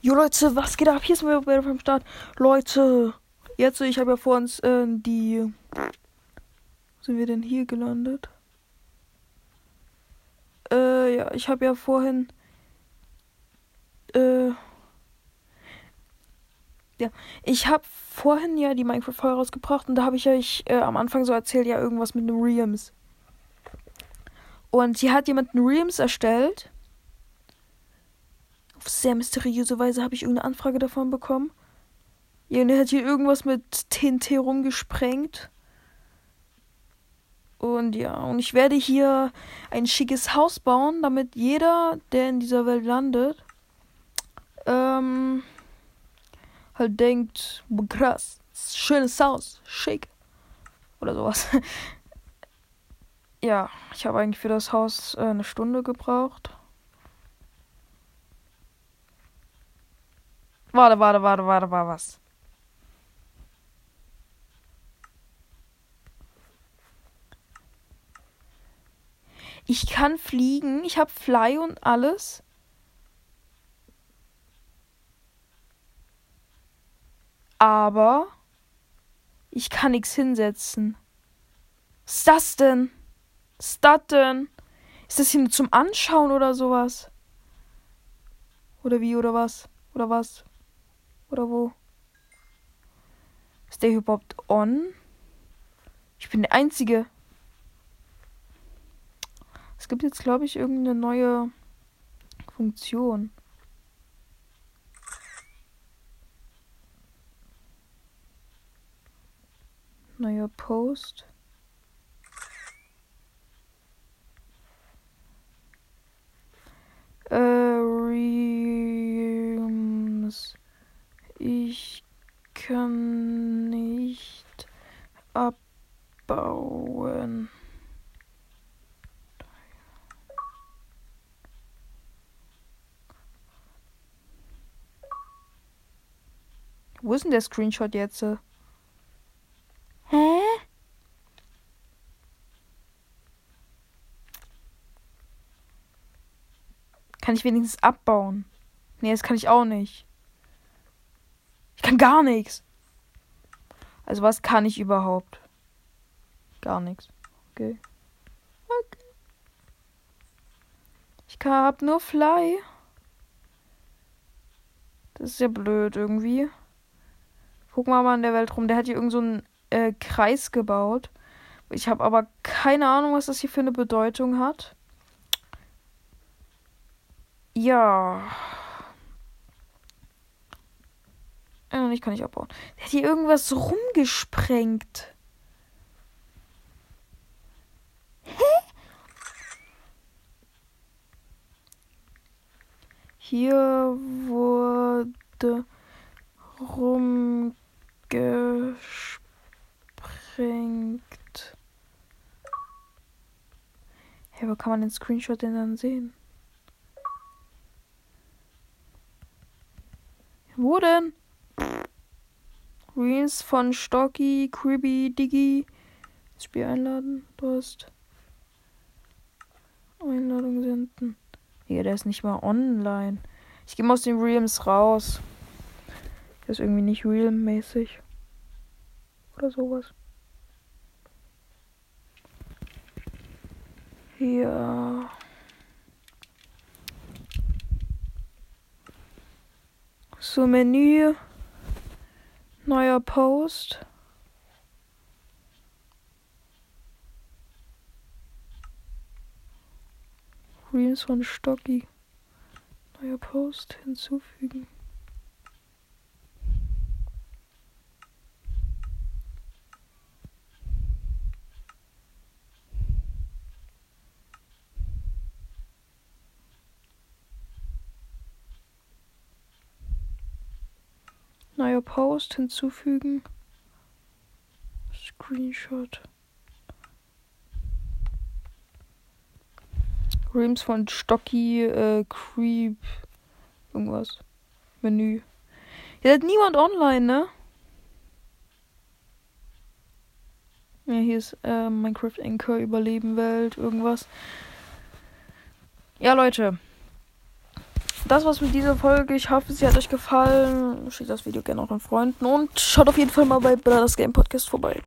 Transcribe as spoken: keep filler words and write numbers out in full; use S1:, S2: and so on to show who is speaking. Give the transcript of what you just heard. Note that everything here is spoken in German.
S1: Jo Leute, was geht ab? Hier ist mir wieder vom Start. Leute, jetzt, ich habe ja vor uns äh, die... Wo sind wir denn hier gelandet? Äh, ja, ich habe ja vorhin... Äh... Ja, ich habe vorhin ja die Minecraft-Folge rausgebracht und da habe ich euch äh, am Anfang so erzählt, ja, irgendwas mit einem Realms. Und hier hat jemand einen Realms erstellt. Auf sehr mysteriöse Weise habe ich irgendeine Anfrage davon bekommen. Ja, und er hat hier irgendwas mit T N T rumgesprengt. Und ja, und ich werde hier ein schickes Haus bauen, damit jeder, der in dieser Welt landet, ähm, halt denkt, krass, schönes Haus, schick. Oder sowas. Ja, ich habe eigentlich für das Haus äh, eine Stunde gebraucht. Warte, warte, warte, warte, warte, was? Ich kann fliegen, ich habe Fly und alles. Aber ich kann nichts hinsetzen. Was ist das denn? Was ist das denn? Ist das hier nur zum Anschauen oder sowas? Oder wie, oder was? Oder was? Oder wo? Ist der hier überhaupt on? Ich bin der Einzige. Es gibt jetzt, glaube ich, irgendeine neue Funktion. Neuer Post. Äh, Realms. Ich kann nicht abbauen. Wo ist denn der Screenshot jetzt? Hä? Kann ich wenigstens abbauen? Nee, das kann ich auch nicht. Ich kann gar nichts. Also was kann ich überhaupt? Gar nichts. Okay. Okay. Ich hab nur Fly. Das ist ja blöd irgendwie. Guck mal mal in der Welt rum. Der hat hier irgend so einen äh, Kreis gebaut. Ich habe aber keine Ahnung, was das hier für eine Bedeutung hat. Ja. Ja, ich kann nicht abbauen. Der hat hier irgendwas rumgesprengt. Hä? Hier wurde rumgesprengt. Hey, wo kann man den Screenshot denn dann sehen? Wo denn? Reels von Stocky, Cribby, Diggy. Das Spiel einladen. Du hast Einladung senden. Ja, der ist nicht mal online. Ich gehe mal aus den Realms raus. Der ist irgendwie nicht realmäßig. Oder sowas. Ja. So, Menü. Neuer Post. Reels von Stocky. Neuer Post hinzufügen. Neuer Post hinzufügen. Screenshot. Reels von Stocky, äh, Creep. Irgendwas. Menü. Hier hat niemand online, ne? Ja, hier ist äh, Minecraft Anchor, Überleben, Welt, irgendwas. Ja, Leute. das war's mit dieser Folge. Ich hoffe, sie hat euch gefallen. Schickt das Video gerne auch an Freunden und schaut auf jeden Fall mal bei Brothers Game Podcast vorbei.